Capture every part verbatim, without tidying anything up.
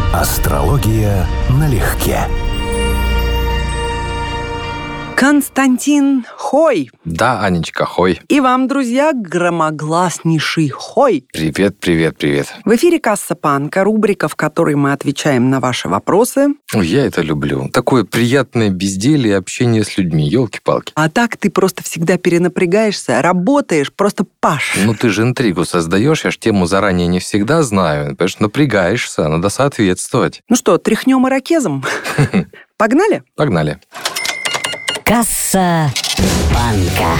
Астрология налегке. Константин, хой! Да, Анечка, хой. И вам, друзья, громогласнейший хой! Привет, привет, привет. В эфире «Касса Панка», рубрика, в которой мы отвечаем на ваши вопросы. Ой, я это люблю. Такое приятное безделье, общение с людьми, елки-палки. А так ты просто всегда перенапрягаешься, работаешь, просто пашешь. Ну ты же интригу создаешь, я ж тему заранее не всегда знаю. Потому что напрягаешься, надо соответствовать. Ну что, тряхнем ирокезом? Погнали? Погнали. Касса Панка.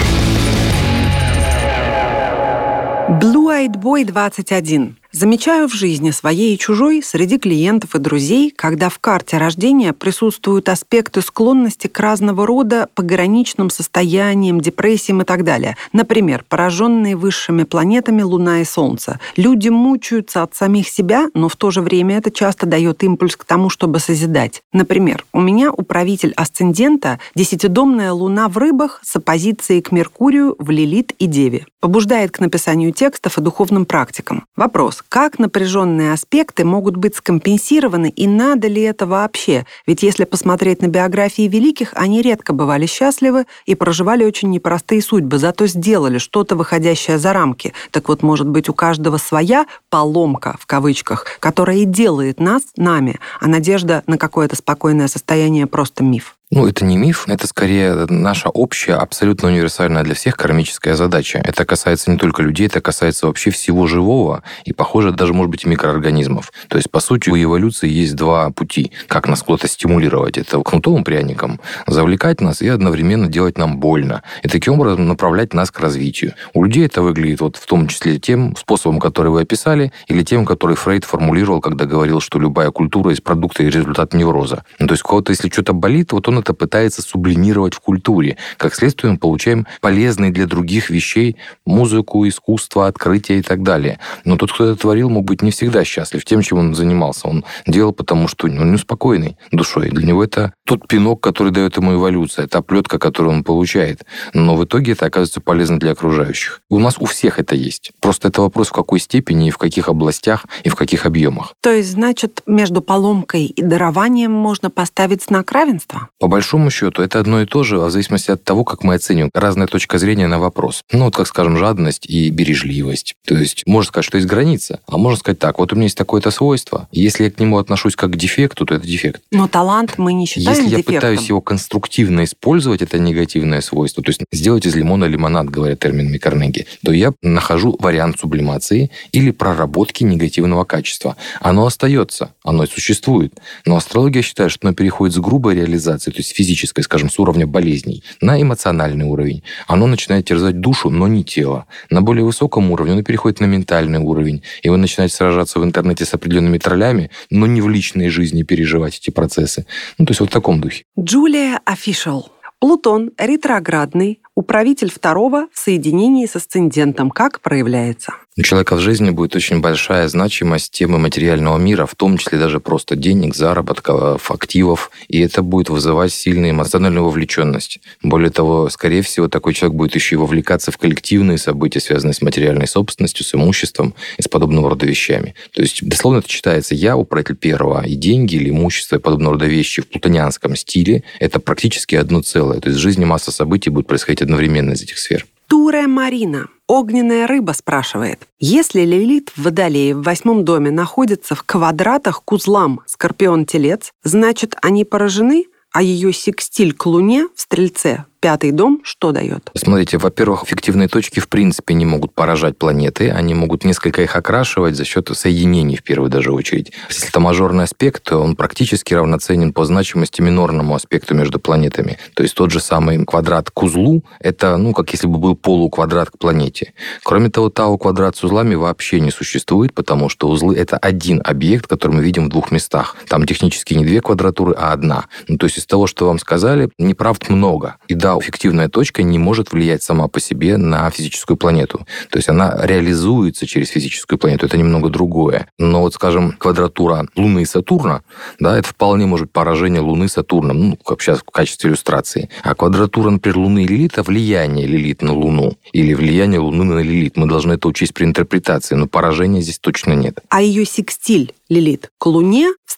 Blue-Eyed Boy двадцать один. Замечаю в жизни своей и чужой, среди клиентов и друзей, когда в карте рождения присутствуют аспекты склонности к разного рода пограничным состояниям, депрессиям и так далее. Например, пораженные высшими планетами Луна и Солнце. Люди мучаются от самих себя, но в то же время это часто дает импульс к тому, чтобы созидать. Например, у меня управитель асцендента десятидомная Луна в Рыбах с оппозицией к Меркурию в Лилит и Деве. Побуждает к написанию текстов и духовным практикам. Вопрос. Как напряженные аспекты могут быть скомпенсированы и надо ли это вообще? Ведь если посмотреть на биографии великих, они редко бывали счастливы и проживали очень непростые судьбы, зато сделали что-то, выходящее за рамки. Так вот, может быть, у каждого своя «поломка», в кавычках, которая и делает нас нами, а надежда на какое-то спокойное состояние просто миф. Ну, это не миф, это скорее наша общая, абсолютно универсальная для всех кармическая задача. Это касается не только людей, это касается вообще всего живого и, похоже, даже, может быть, и микроорганизмов. То есть, по сути, у эволюции есть два пути, как нас куда-то стимулировать. Это кнутовым пряником завлекать нас и одновременно делать нам больно. И таким образом направлять нас к развитию. У людей это выглядит вот в том числе тем способом, который вы описали, или тем, который Фрейд формулировал, когда говорил, что любая культура есть продукт и результат невроза. Ну, то есть, у кого-то, если что-то болит, вот он это пытается сублимировать в культуре. Как следствие, мы получаем полезные для других вещей музыку, искусство, открытия и так далее. Но тот, кто это творил, мог быть не всегда счастлив тем, чем он занимался. Он делал, потому что он неуспокоенный душой. Для него это тот пинок, который дает ему эволюция, та плетка, которую он получает. Но в итоге это оказывается полезно для окружающих. У нас у всех это есть. Просто это вопрос, в какой степени, и в каких областях, и в каких объемах. То есть, значит, между поломкой и дарованием можно поставить знак равенства? По большому счету, это одно и то же, в зависимости от того, как мы оцениваем. Разная точка зрения на вопрос. Ну, вот, как скажем, жадность и бережливость. То есть, можно сказать, что есть граница, а можно сказать так, вот у меня есть такое-то свойство, если я к нему отношусь как к дефекту, то это дефект. Но талант мы не считаем Если дефектом. я пытаюсь его конструктивно использовать, это негативное свойство, то есть сделать из лимона лимонад, говорят терминами Карнеги, то я нахожу вариант сублимации или проработки негативного качества. Оно остается, оно существует. Но астрология считает, что оно переходит с грубой реализации, то есть физической, скажем, с уровня болезней, на эмоциональный уровень. Оно начинает терзать душу, но не тело. На более высоком уровне оно переходит на ментальный уровень, и вы начинаете сражаться в интернете с определенными троллями, но не в личной жизни переживать эти процессы. Ну, то есть вот в таком духе. Джулия Official. Плутон ретроградный, управитель второго в соединении с асцендентом. Как проявляется? У человека в жизни будет очень большая значимость темы материального мира, в том числе даже просто денег, заработков, активов, и это будет вызывать сильную эмоциональную вовлеченность. Более того, скорее всего, такой человек будет еще и вовлекаться в коллективные события, связанные с материальной собственностью, с имуществом и с подобного рода вещами. То есть, дословно это читается «я, управитель первого», и деньги или имущество и подобного рода вещи в плутонианском стиле – это практически одно целое. То есть в жизни масса событий будет происходить одновременно из этих сфер. Туре Марина. Огненная рыба спрашивает. Если Лилит в Водолее в восьмом доме находится в квадратах к узлам Скорпион-Телец, значит, они поражены, а ее секстиль к Луне в Стрельце, пятый дом, что дает? Смотрите, во-первых, фиктивные точки в принципе не могут поражать планеты, они могут несколько их окрашивать за счет соединений в первую даже очередь. Если это мажорный аспект, то он практически равноценен по значимости минорному аспекту между планетами. То есть тот же самый квадрат к узлу, это, ну, как если бы был полуквадрат к планете. Кроме того, тау-квадрат с узлами вообще не существует, потому что узлы — это один объект, который мы видим в двух местах. Там технически не две квадратуры, а одна. Ну, то есть из того, что вам сказали, неправд много. И да, фиктивная точка не может влиять сама по себе на физическую планету. То есть она реализуется через физическую планету. Это немного другое. Но вот, скажем, квадратура Луны и Сатурна, да, это вполне может быть поражение Луны Сатурном, ну, как сейчас в качестве иллюстрации. А квадратура, например, Луны и Лилита — влияние Лилит на Луну. Или влияние Луны на Лилит. Мы должны это учесть при интерпретации, но поражения здесь точно нет. А ее секстиль Лилит к Луне в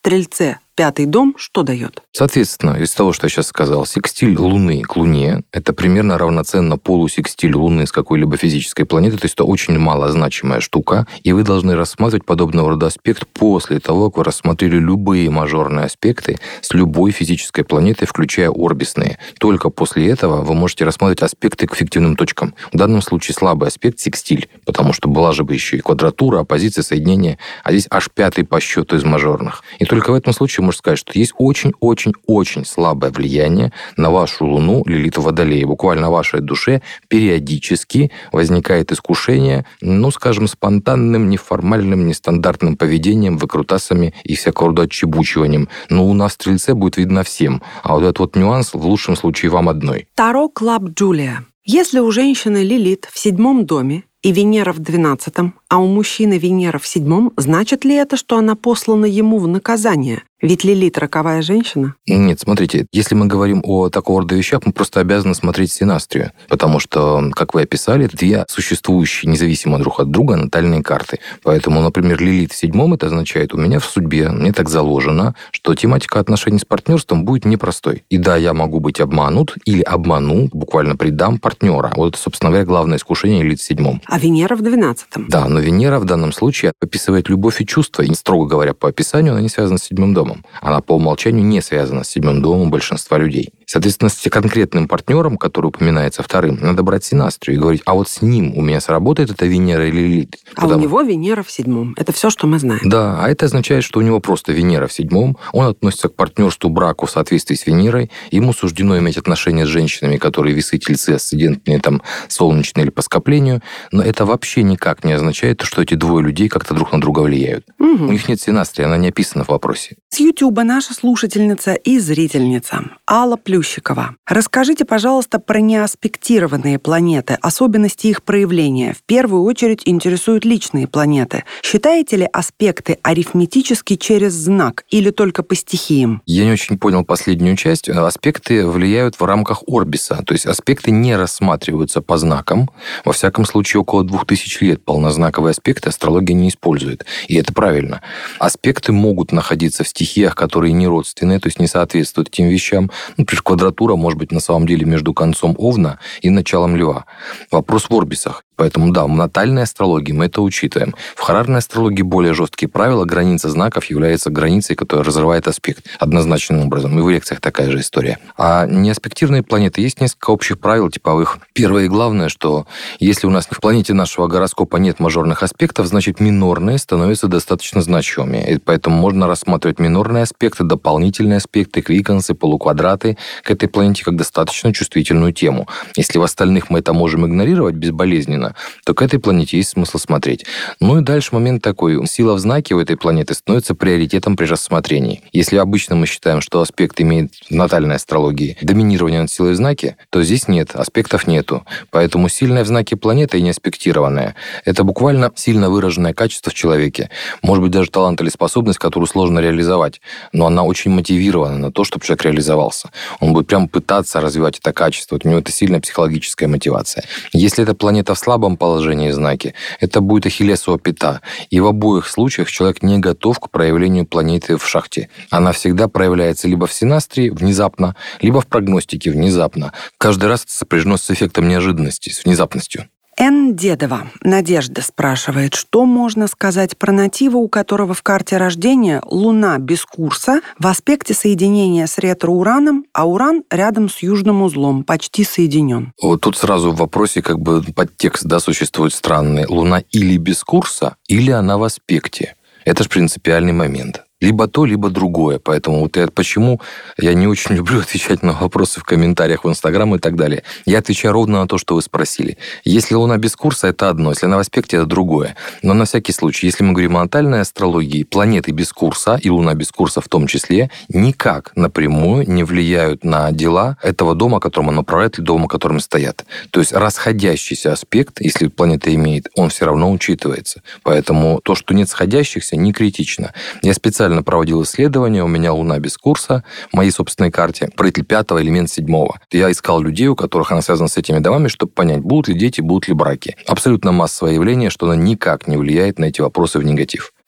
Стрельце пятый дом что дает? Соответственно, из того, что я сейчас сказал, секстиль Луны к Луне – это примерно равноценно полусекстиль Луны с какой-либо физической планетой, то есть это очень малозначимая штука, и вы должны рассматривать подобного рода аспект после того, как вы рассмотрели любые мажорные аспекты с любой физической планетой, включая орбисные. Только после этого вы можете рассматривать аспекты к фиктивным точкам. В данном случае слабый аспект – секстиль, потому что была же бы еще и квадратура, оппозиция, соединение, а здесь аж пятый по счету из мажорных. И только в этом случае можно сказать, что есть очень-очень-очень слабое влияние на вашу Луну, Лилит в Водолее. Буквально в вашей душе периодически возникает искушение, ну, скажем, спонтанным, неформальным, нестандартным поведением, выкрутасами и всякого рода отчебучиванием. Но Луна в Стрельце будет видна всем. А вот этот вот нюанс в лучшем случае вам одной. Таро Клаб Джулия. Если у женщины Лилит в седьмом доме и Венера в двенадцатом, а у мужчины Венера в седьмом, значит ли это, что она послана ему в наказание? Ведь Лилит — роковая женщина? Нет, смотрите, если мы говорим о такого рода вещах, мы просто обязаны смотреть синастрию, потому что, как вы описали, это две существующие независимо друг от друга натальные карты. Поэтому, например, Лилит в седьмом, это означает, у меня в судьбе, мне так заложено, что тематика отношений с партнерством будет непростой. И да, я могу быть обманут или обману, буквально предам партнера. Вот это, собственно говоря, главное искушение Лилит в седьмом. А Венера в двенадцатом? Да, но Венера в данном случае описывает любовь и чувства, и, строго говоря, по описанию, она не связана с седьмым домом. Она по умолчанию не связана с седьмым домом большинства людей. Соответственно, с конкретным партнером, который упоминается вторым, надо брать синастрию и говорить, а вот с ним у меня сработает эта Венера или Лилит. А Потому... у него Венера в седьмом. Это все, что мы знаем. Да, а это означает, что у него просто Венера в седьмом, он относится к партнерству, браку в соответствии с Венерой, ему суждено иметь отношения с женщинами, которые весы, тельцы, асцендентные, там, солнечные или по скоплению, но это вообще никак не означает, что эти двое людей как-то друг на друга влияют. Угу. У них нет синастрии, она не описана в вопросе. С Ютуба наша слушательница и зрительница Алла Плющикова. Расскажите, пожалуйста, про неаспектированные планеты, особенности их проявления. В первую очередь интересуют личные планеты. Считаете ли аспекты арифметически через знак или только по стихиям? Я не очень понял последнюю часть. Аспекты влияют в рамках орбиса, то есть аспекты не рассматриваются по знакам. Во всяком случае, около двух тысяч лет полнознаковые аспекты астрология не использует. И это правильно. Аспекты могут находиться в стихиях, которые не родственные, то есть не соответствуют этим вещам. Например, квадратура может быть на самом деле между концом Овна и началом Льва. Вопрос в орбисах. Поэтому, да, в натальной астрологии мы это учитываем. В хорарной астрологии более жесткие правила. Граница знаков является границей, которая разрывает аспект однозначным образом. И в лекциях такая же история. А неаспектированные планеты есть несколько общих правил типовых. Первое и главное, что если у нас в планете нашего гороскопа нет мажорных аспектов, значит минорные становятся достаточно значимыми. И поэтому можно рассматривать минорные аспекты, дополнительные аспекты, квиконсы, полуквадраты к этой планете как достаточно чувствительную тему. Если в остальных мы это можем игнорировать безболезненно, то к этой планете есть смысл смотреть. Ну и дальше момент такой. Сила в знаке у этой планеты становится приоритетом при рассмотрении. Если обычно мы считаем, что аспект имеет в натальной астрологии доминирование над силой в знаке, то здесь нет, аспектов нету. Поэтому сильная в знаке планета и неаспектированная – это буквально сильно выраженное качество в человеке. Может быть, даже талант или способность, которую сложно реализовать, но она очень мотивирована на то, чтобы человек реализовался. Он будет прям пытаться развивать это качество. Вот у него это сильная психологическая мотивация. Если эта планета в слабом положении знаки, это будет ахиллесова пята. И в обоих случаях человек не готов к проявлению планеты в шахте. Она всегда проявляется либо в синастрии внезапно, либо в прогностике внезапно. Каждый раз это сопряжено с эффектом неожиданности, с внезапностью. Н. Дедова, Надежда, спрашивает, что можно сказать про натива, у которого в карте рождения Луна без курса, в аспекте соединения с ретро-Ураном, а Уран рядом с южным узлом, почти соединен. Вот тут сразу в вопросе как бы подтекст, да, существует странный. Луна или без курса, или она в аспекте. Это же принципиальный момент. Либо то, либо другое. Поэтому вот я, почему я не очень люблю отвечать на вопросы в комментариях в Инстаграм и так далее. Я отвечаю ровно на то, что вы спросили. Если Луна без курса, это одно. Если она в аспекте, это другое. Но на всякий случай, если мы говорим о натальной астрологии, планеты без курса, и Луна без курса в том числе, никак напрямую не влияют на дела этого дома, которым он направляет, или дома, которым стоят. То есть расходящийся аспект, если планета имеет, он все равно учитывается. Поэтому то, что нет сходящихся, не критично. Я специально проводил исследования, у меня Луна без курса, в моей собственной карте, правитель пятого, элемент седьмого. Я искал людей, у которых она связана с этими домами, чтобы понять, будут ли дети, будут ли браки. Абсолютно массовое явление, что она никак не влияет на эти вопросы в негатив.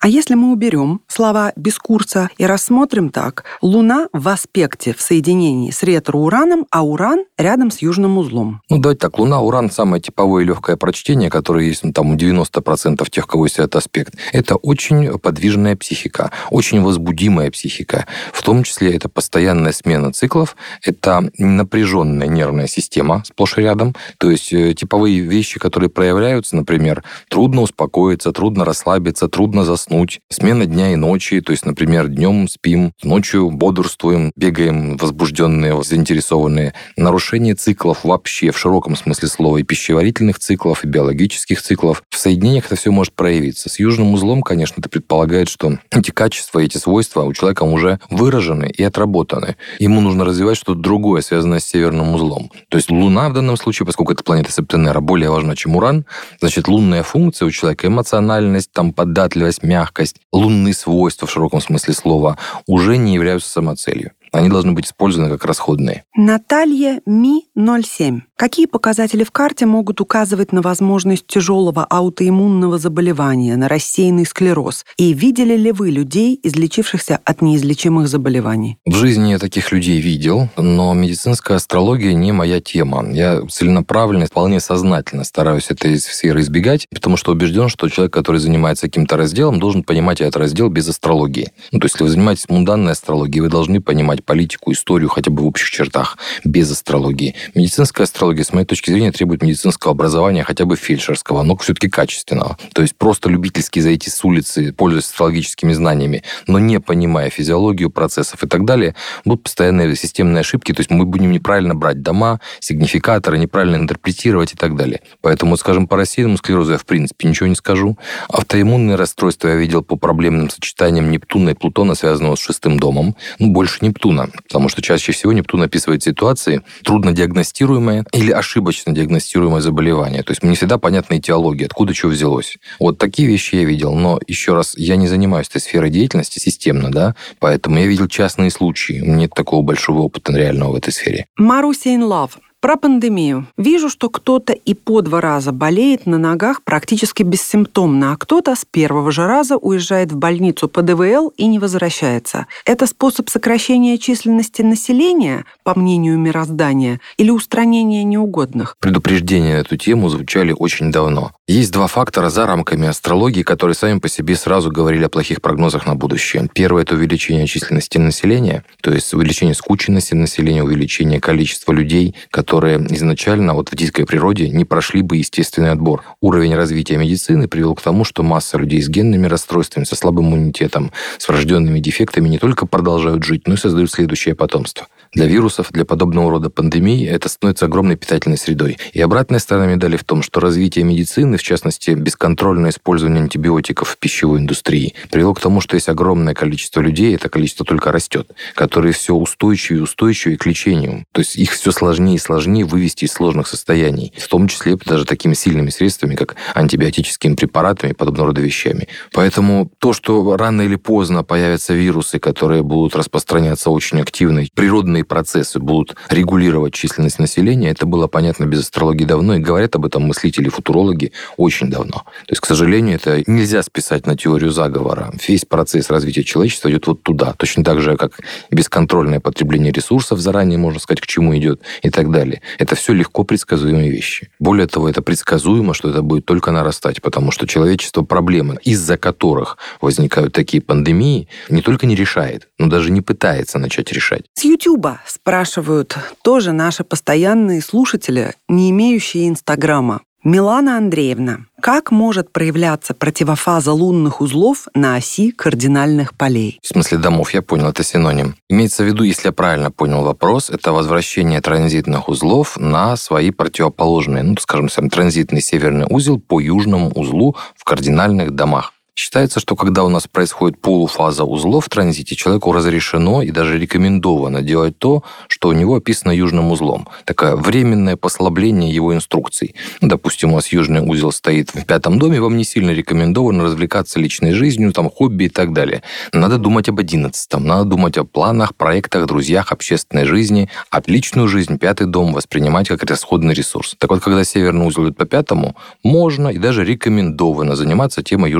А если мы уберем слова без курса и рассмотрим так: Луна в аспекте в соединении с ретро-Ураном, а Уран рядом с южным узлом. Ну, давайте так. Луна, Уран — самое типовое и легкое прочтение, которое есть, ну, там, у девяноста процентов тех, кого есть этот аспект. Это очень подвижная психика, очень возбудимая психика. В том числе это постоянная смена циклов, это напряженная нервная система сплошь и рядом. То есть типовые вещи, которые проявляются, например, трудно успокоиться, трудно расслабиться, трудно заснуть, смена дня и ночи. То есть, например, днем спим, ночью бодрствуем, бегаем возбужденные, заинтересованные. Нарушение циклов вообще в широком смысле слова, и пищеварительных циклов, и биологических циклов. В соединениях это все может проявиться. С южным узлом, конечно, это предполагает, что эти качества, эти свойства у человека уже выражены и отработаны. Ему нужно развивать что-то другое, связанное с северным узлом. То есть Луна в данном случае, поскольку это планета Септенера, более важна, чем Уран, значит, лунная функция у человека, эмоциональность, там, податливость, мягкость, лунные свойства в широком смысле слова уже не являются самоцелью. Они должны быть использованы как расходные. Наталья Ми ноль семь. Какие показатели в карте могут указывать на возможность тяжелого аутоиммунного заболевания, на рассеянный склероз? И видели ли вы людей, излечившихся от неизлечимых заболеваний? В жизни я таких людей видел, но медицинская астрология не моя тема. Я целенаправленно, вполне сознательно стараюсь этой сферы избегать, потому что убежден, что человек, который занимается каким-то разделом, должен понимать этот раздел без астрологии. Ну, то есть, если вы занимаетесь мунданной астрологией, вы должны понимать политику, историю хотя бы в общих чертах, без астрологии. Медицинская астрология, с моей точки зрения, требует медицинского образования, хотя бы фельдшерского, но все-таки качественного. То есть просто любительски зайти с улицы, пользуясь астрологическими знаниями, но не понимая физиологию процессов и так далее, будут постоянные системные ошибки, то есть мы будем неправильно брать дома, сигнификаторы, неправильно интерпретировать и так далее. Поэтому, скажем, по рассеянному склерозу я в принципе ничего не скажу. Аутоиммунные расстройства я видел по проблемным сочетаниям Нептуна и Плутона, связанного с шестым домом. Ну, больше Нептуна, потому что чаще всего Нептун описывает ситуации трудно диагностируемые или ошибочно диагностируемое заболевание. То есть мне всегда понятна этиология, откуда что взялось. Вот такие вещи я видел, но еще раз, я не занимаюсь этой сферой деятельности системно, да, поэтому я видел частные случаи. У меня нет такого большого опыта реального в этой сфере. Маруся in Love. Про пандемию. Вижу, что кто-то и по два раза болеет на ногах практически бессимптомно, а кто-то с первого же раза уезжает в больницу по дэ вэ эл и не возвращается. Это способ сокращения численности населения, по мнению мироздания, или устранения неугодных? Предупреждения на эту тему звучали очень давно. Есть два фактора за рамками астрологии, которые сами по себе сразу говорили о плохих прогнозах на будущее. Первое – это увеличение численности населения, то есть увеличение скученности населения, увеличение количества людей, которые которые изначально вот в дикой природе не прошли бы естественный отбор. Уровень развития медицины привел к тому, что масса людей с генными расстройствами, со слабым иммунитетом, с врожденными дефектами не только продолжают жить, но и создают следующее потомство. Для вирусов, для подобного рода пандемий это становится огромной питательной средой. И обратная сторона медали в том, что развитие медицины, в частности, бесконтрольное использование антибиотиков в пищевой индустрии, привело к тому, что есть огромное количество людей, это количество только растет, которые все устойчивее и устойчивее к лечению. То есть их все сложнее и сложнее вывести из сложных состояний, в том числе даже такими сильными средствами, как антибиотическими препаратами и подобного рода вещами. Поэтому то, что рано или поздно появятся вирусы, которые будут распространяться очень активно, природные процессы будут регулировать численность населения, это было понятно без астрологии давно, и говорят об этом мыслители, футурологи очень давно. То есть, к сожалению, это нельзя списать на теорию заговора. Весь процесс развития человечества идет вот туда. Точно так же, как бесконтрольное потребление ресурсов, заранее можно сказать, к чему идет, и так далее. Это все легко предсказуемые вещи. Более того, это предсказуемо, что это будет только нарастать, потому что человечество проблемы, из-за которых возникают такие пандемии, не только не решает, но даже не пытается начать решать. С Ютуба спрашивают тоже наши постоянные слушатели, не имеющие Инстаграма. Милана Андреевна, как может проявляться противофаза лунных узлов на оси кардинальных полей? В смысле домов, я понял, это синоним. Имеется в виду, если я правильно понял вопрос, это возвращение транзитных узлов на свои противоположные, ну, скажем, сам транзитный северный узел по южному узлу в кардинальных домах. Считается, что когда у нас происходит полуфаза узлов в транзите, человеку разрешено и даже рекомендовано делать то, что у него описано южным узлом. Такое временное послабление его инструкций. Допустим, у вас южный узел стоит в пятом доме, вам не сильно рекомендовано развлекаться личной жизнью, там, хобби и так далее. Надо думать об одиннадцатом, надо думать о планах, проектах, друзьях, общественной жизни, а личную жизнь, пятый дом воспринимать как расходный ресурс. Так вот, когда северный узел идет по пятому, можно и даже рекомендовано заниматься темой южного узла.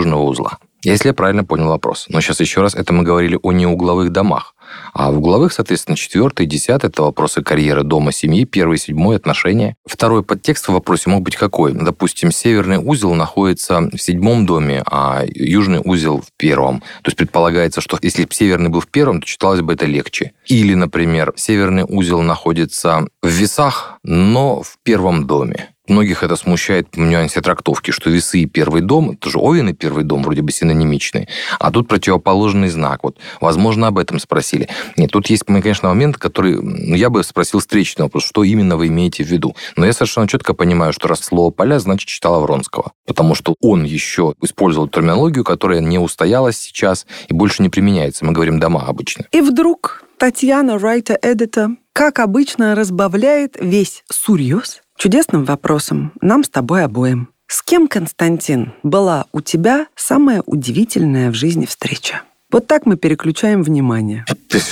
узла. Если я правильно понял вопрос. Но сейчас еще раз, это мы говорили о неугловых домах. А в угловых, соответственно, четвертый, десятый – это вопросы карьеры, дома, семьи, первый, седьмой – отношения. Второй подтекст в вопросе мог быть какой? Допустим, северный узел находится в седьмом доме, а южный узел в первом. То есть предполагается, что если бы северный был в первом, то читалось бы это легче. Или, например, северный узел находится в весах, но в первом доме. Многих это смущает в нюансе трактовки, что весы и первый дом, это же Овен и первый дом вроде бы синонимичные, а тут противоположный знак. Вот, возможно, об этом спросили. Нет, тут есть, конечно, момент, который ну, я бы спросил встречный вопрос, что именно вы имеете в виду. Но я совершенно четко понимаю, что раз слово «поля», значит, читала Вронского. Потому что он еще использовал терминологию, которая не устоялась сейчас и больше не применяется. Мы говорим «дома» обычно. И вдруг Татьяна, writer-editor, как обычно, разбавляет весь сурьез чудесным вопросом нам с тобой обоим. С кем, Константин, была у тебя самая удивительная в жизни встреча? Вот так мы переключаем внимание.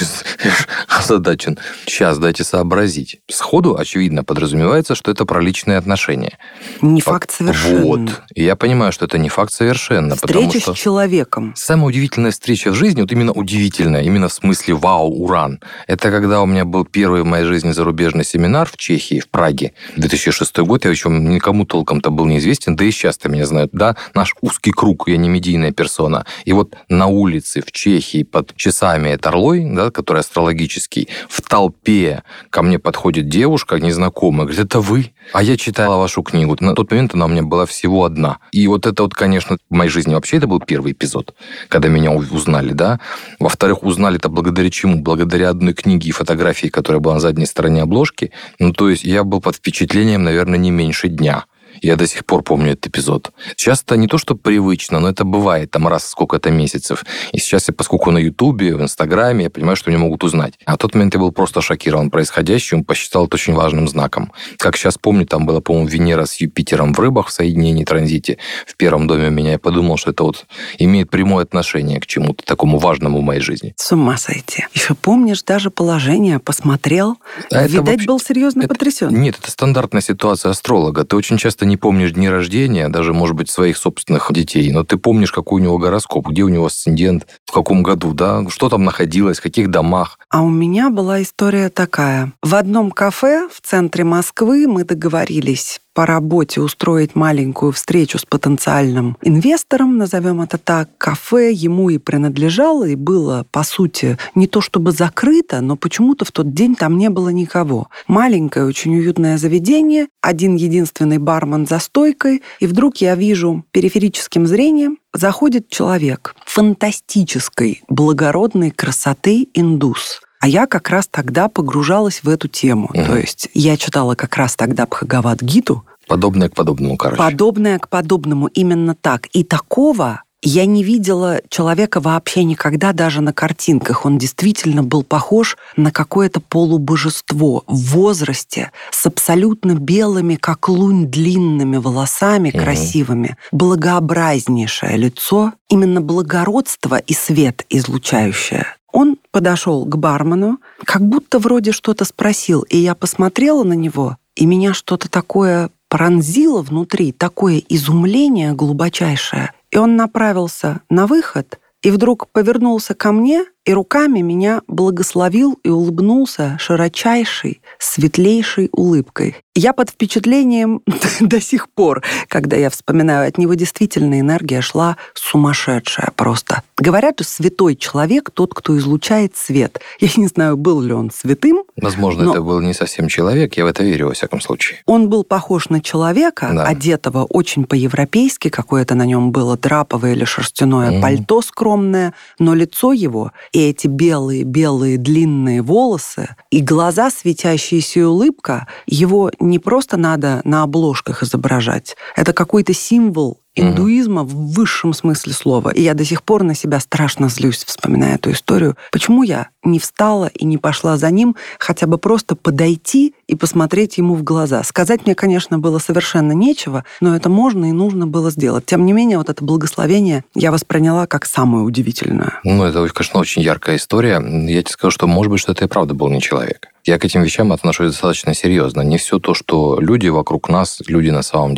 Озадачен. Сейчас дайте сообразить. Сходу, очевидно, подразумевается, что это про личные отношения. Не факт совершенно. Вот. И я понимаю, что это не факт совершенно. Встреча что с человеком. Самая удивительная встреча в жизни, вот именно удивительная, именно в смысле вау, уран, это когда у меня был первый в моей жизни зарубежный семинар в Чехии, в Праге. две тысячи шестой год, я еще никому толком-то был неизвестен, да и сейчас-то меня знают, да, наш узкий круг, я не медийная персона. И вот на улице в Чехии под часами Эторлой, да, который астрологический, в толпе ко мне подходит девушка незнакомая, говорит, это вы? А я читала вашу книгу. На тот момент она у меня была всего одна. И вот это вот, конечно, в моей жизни вообще это был первый эпизод, когда меня узнали, да. Во-вторых, узнали это благодаря чему? Благодаря одной книге и фотографии, которая была на задней стороне обложки. Ну, то есть я был под впечатлением, наверное, не меньше дня. Я до сих пор помню этот эпизод. Часто не то, что привычно, но это бывает там раз в сколько-то месяцев. И сейчас я, поскольку на Ютубе, в Инстаграме, я понимаю, что меня могут узнать. А в тот момент я был просто шокирован происходящим, посчитал это очень важным знаком. Как сейчас помню, там была, по-моему, Венера с Юпитером в Рыбах в соединении, транзите в первом доме у меня. Я подумал, что это вот имеет прямое отношение к чему-то такому важному в моей жизни. С ума сойти. Еще помнишь, даже положение посмотрел. А видать, вообще... был серьезно это... потрясен. Нет, это стандартная ситуация астролога. Ты очень часто не помнишь дни рождения, даже, может быть, своих собственных детей, но ты помнишь, какой у него гороскоп, где у него асцендент, в каком году, да, что там находилось, в каких домах. А у меня была история такая. В одном кафе в центре Москвы мы договорились по работе устроить маленькую встречу с потенциальным инвестором, назовем это так. Кафе ему и принадлежало, и было, по сути, не то чтобы закрыто, но почему-то в тот день там не было никого. Маленькое, очень уютное заведение, один единственный бармен за стойкой, и вдруг я вижу периферическим зрением, заходит человек фантастической, благородной красоты индус. А я как раз тогда погружалась в эту тему. Угу. То есть я читала как раз тогда Бхагавад-гиту. Подобное к подобному, короче. Подобное к подобному, именно так. И такого я не видела человека вообще никогда, даже на картинках. Он действительно был похож на какое-то полубожество в возрасте, с абсолютно белыми, как лунь, длинными волосами, угу. красивыми. Благообразнейшее лицо, именно благородство и свет излучающее. Он подошел к бармену, как будто вроде что-то спросил, и я посмотрела на него, и меня что-то такое пронзило внутри, такое изумление глубочайшее. И он направился на выход, и вдруг повернулся ко мне и руками меня благословил и улыбнулся широчайшей, светлейшей улыбкой. Я под впечатлением до сих пор, когда я вспоминаю, от него действительно энергия шла сумасшедшая просто. Говорят, что святой человек тот, кто излучает свет. Я не знаю, был ли он святым. Возможно, это был не совсем человек, я в это верю, во всяком случае. Он был похож на человека, да. одетого очень по-европейски, какое-то на нем было драповое или шерстяное mm. пальто скромное, но лицо его и эти белые-белые длинные волосы, и глаза, светящиеся, и улыбка, его не просто надо на обложках изображать. Это какой-то символ индуизма в высшем смысле слова. И я до сих пор на себя страшно злюсь, вспоминая эту историю. Почему я не встала и не пошла за ним, хотя бы просто подойти и посмотреть ему в глаза? Сказать мне, конечно, было совершенно нечего, но это можно и нужно было сделать. Тем не менее, вот это благословение я восприняла как самое удивительное. Ну, это, конечно, очень яркая история. Я тебе скажу, что, может быть, что это и правда был не человек. Я к этим вещам отношусь достаточно серьезно. Не все то, что люди вокруг нас, люди на самом деле.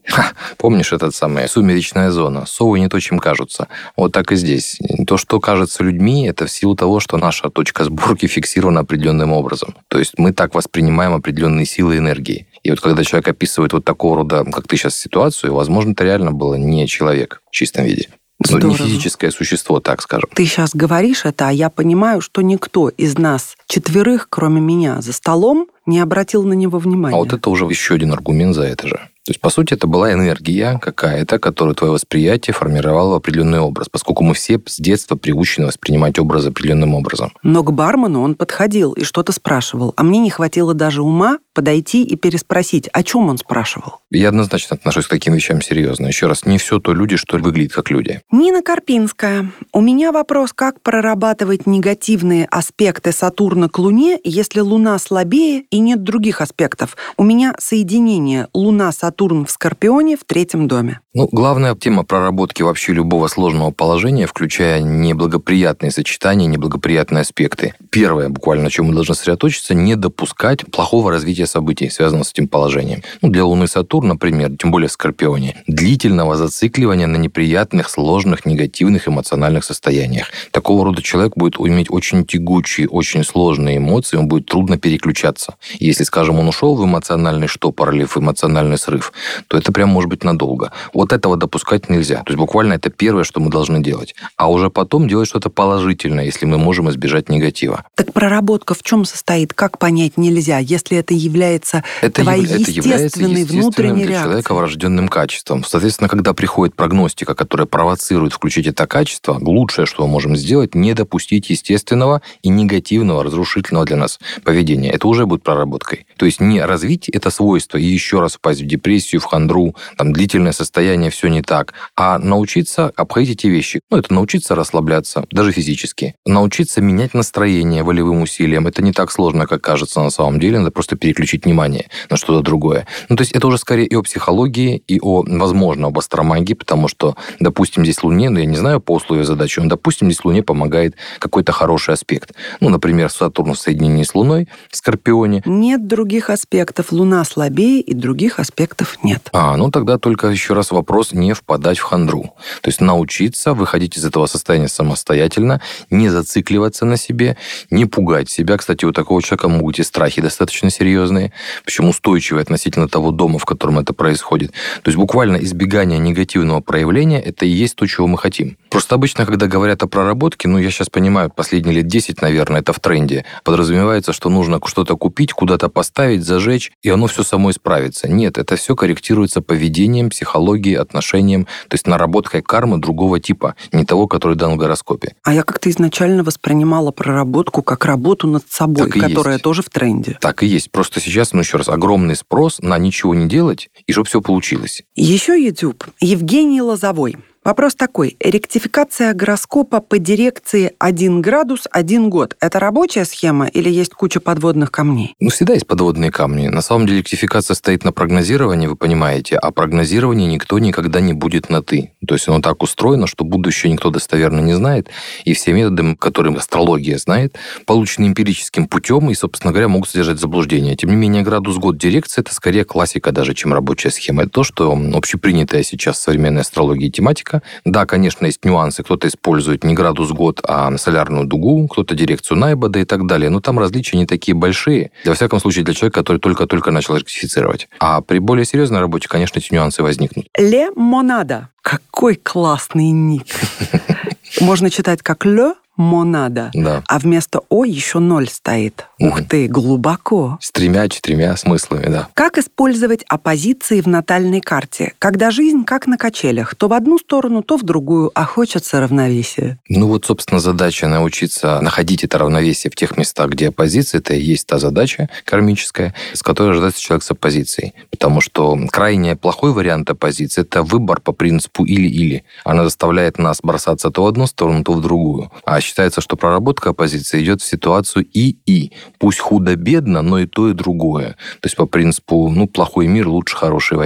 Ха, помнишь этот самый «Сумеречная зона»? Совы не то, чем кажутся. Вот так и здесь. То, что кажется людьми, это в силу того, что наша точка сборки фиксирована определенным образом. То есть мы так воспринимаем определенные силы и энергии. И вот когда человек описывает вот такого рода, как ты сейчас, ситуацию, возможно, это реально было не человек в чистом виде. Ну, не физическое существо, так скажем. Ты сейчас говоришь это, а я понимаю, что никто из нас четверых, кроме меня, за столом не обратил на него внимания. А вот это уже еще один аргумент за это же. То есть, по сути, это была энергия какая-то, которую твое восприятие формировало в определенный образ, поскольку мы все с детства приучены воспринимать образы определенным образом. Но к бармену он подходил и что-то спрашивал, а мне не хватило даже ума подойти и переспросить, о чем он спрашивал. Я однозначно отношусь к таким вещам серьезно. Еще раз, не все то люди, что выглядят как люди. Нина Карпинская. У меня вопрос, как прорабатывать негативные аспекты Сатурна к Луне, если Луна слабее и нет других аспектов. У меня соединение Луна-Сатурн в Скорпионе в третьем доме. Ну, главная тема проработки вообще любого сложного положения, включая неблагоприятные сочетания, неблагоприятные аспекты. Первое, буквально, на чем мы должны сосредоточиться, не допускать плохого развития событий, связанного с этим положением. Ну, для Луны Сатурн, например, тем более в Скорпионе, длительного зацикливания на неприятных, сложных, негативных эмоциональных состояниях. Такого рода человек будет иметь очень тягучие, очень сложные эмоции, ему будет трудно переключаться. И если, скажем, он ушел в эмоциональный штопор или в эмоциональный срыв, то это прям может быть надолго. Вот этого допускать нельзя. То есть буквально это первое, что мы должны делать. А уже потом делать что-то положительное, если мы можем избежать негатива. Так проработка в чем состоит? Как понять нельзя, если это является это твоей яв... это естественной внутренней для реакцией? Человека врожденным качеством. Соответственно, когда приходит прогностика, которая провоцирует включить это качество, лучшее, что мы можем сделать, не допустить естественного и негативного, разрушительного для нас поведения. Это уже будет проработкой. То есть не развить это свойство и еще раз впасть в депрессию, в хандру, там длительное состояние, все не так, а научиться обходить эти вещи. Ну, это научиться расслабляться, даже физически. Научиться менять настроение волевым усилием. Это не так сложно, как кажется на самом деле. Надо просто переключить внимание на что-то другое. Ну, то есть это уже скорее и о психологии, и о, возможно, об астромагии, потому что, допустим, здесь Луне, ну, я не знаю по условию задачи, но, допустим, здесь Луне помогает какой-то хороший аспект. Ну, например, Сатурн в соединении с Луной в Скорпионе. Нет других аспектов. Луна слабее, и других аспектов нет. А, ну тогда только еще раз вопрос не впадать в хандру. То есть научиться выходить из этого состояния самостоятельно, не зацикливаться на себе, не пугать себя. Кстати, у такого человека могут быть и страхи достаточно серьезные, причем устойчивые относительно того дома, в котором это происходит. То есть буквально избегание негативного проявления – это и есть то, чего мы хотим. Просто обычно, когда говорят о проработке, ну, я сейчас понимаю, последние лет десять, наверное, это в тренде, подразумевается, что нужно что-то купить, куда-то поставить, зажечь, и оно все само исправится. Нет, это все корректируется поведением, психологией, отношением, то есть наработкой кармы другого типа, не того, который дан в гороскопе. А я как-то изначально воспринимала проработку как работу над собой, которая есть. Тоже в тренде. Так и есть. Просто сейчас, ну еще раз, огромный спрос на ничего не делать, и чтобы все получилось. Еще YouTube. Евгений Лозовой. Вопрос такой. Ректификация гороскопа по дирекции один градус один год. Это рабочая схема или есть куча подводных камней? Ну, всегда есть подводные камни. На самом деле ректификация стоит на прогнозировании, вы понимаете, а прогнозирование никто никогда не будет на «ты». То есть оно так устроено, что будущее никто достоверно не знает, и все методы, которые астрология знает, получены эмпирическим путем и, собственно говоря, могут содержать заблуждения. Тем не менее, градус-год дирекции – это скорее классика даже, чем рабочая схема. Это то, что общепринятая сейчас в современной астрологии тематика. Да, конечно, есть нюансы. Кто-то использует не градус-год, а солярную дугу, кто-то дирекцию Найбода и так далее. Но там различия не такие большие. Во всяком случае, для человека, который только-только начал ректифицировать. А при более серьезной работе, конечно, эти нюансы возникнут. Ле Монада. Какой классный ник. Можно читать как Ле Монада. Да. А вместо О еще ноль стоит. Mm-hmm. Ух ты, глубоко. С тремя-четырьмя смыслами, да. Как использовать оппозиции в натальной карте? Когда жизнь как на качелях. То в одну сторону, то в другую, а хочется равновесия. Ну вот, собственно, задача научиться находить это равновесие в тех местах, где оппозиция, это и есть та задача кармическая, с которой рождается человек с оппозицией. Потому что крайне плохой вариант оппозиции – это выбор по принципу или-или. Она заставляет нас бросаться то в одну сторону, то в другую. А считается, что проработка оппозиции идет в ситуацию и-и. Пусть худо-бедно, но и то, и другое. То есть по принципу, ну, плохой мир лучше хорошей войны.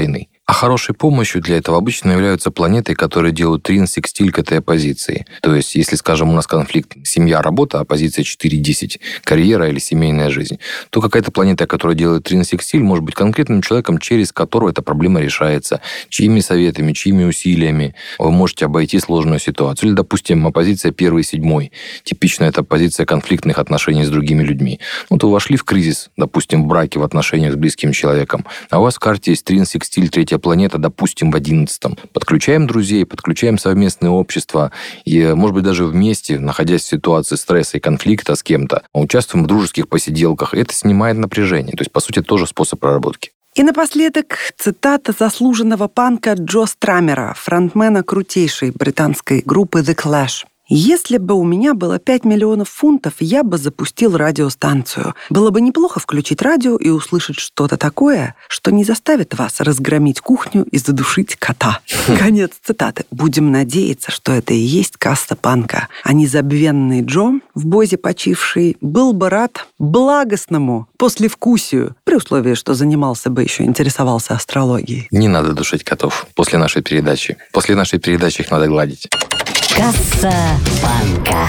А хорошей помощью для этого обычно являются планеты, которые делают трин секстиль к этой оппозиции. То есть, если, скажем, у нас конфликт семья-работа, оппозиция четыре-десять, карьера или семейная жизнь, то какая-то планета, которая делает трин секстиль, может быть конкретным человеком, через которого эта проблема решается, чьими советами, чьими усилиями вы можете обойти сложную ситуацию. Или, допустим, оппозиция первый-седьмой. Типично это оппозиция конфликтных отношений с другими людьми. Вот вы вошли в кризис, допустим, в браке, в отношениях с близким человеком, а у вас в карте есть трин секстиль, третья планета, допустим, в одиннадцатом. Подключаем друзей, подключаем совместное общество, и, может быть, даже вместе, находясь в ситуации стресса и конфликта с кем-то, участвуем в дружеских посиделках. Это снимает напряжение. То есть, по сути, тоже способ проработки. И напоследок цитата заслуженного панка Джо Страмера, фронтмена крутейшей британской группы The Clash. «Если бы у меня было пять миллионов фунтов, я бы запустил радиостанцию. Было бы неплохо включить радио и услышать что-то такое, что не заставит вас разгромить кухню и задушить кота». Конец цитаты. Будем надеяться, что это и есть каста панка. А незабвенный Джо, в бозе почивший, был бы рад благостному послевкусию, при условии, что занимался бы еще, интересовался астрологией. Не надо душить котов после нашей передачи. После нашей передачи их надо гладить. Касса панка.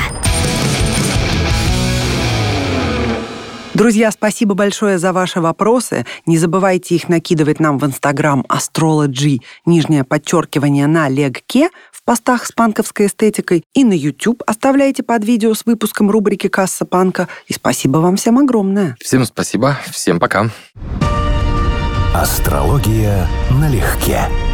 Друзья, спасибо большое за ваши вопросы. Не забывайте их накидывать нам в Инстаграм Astrology, нижнее подчеркивание на легке, в постах с панковской эстетикой, и на YouTube оставляйте под видео с выпуском рубрики «Касса панка». И спасибо вам всем огромное. Всем спасибо, всем пока. Астрология налегке.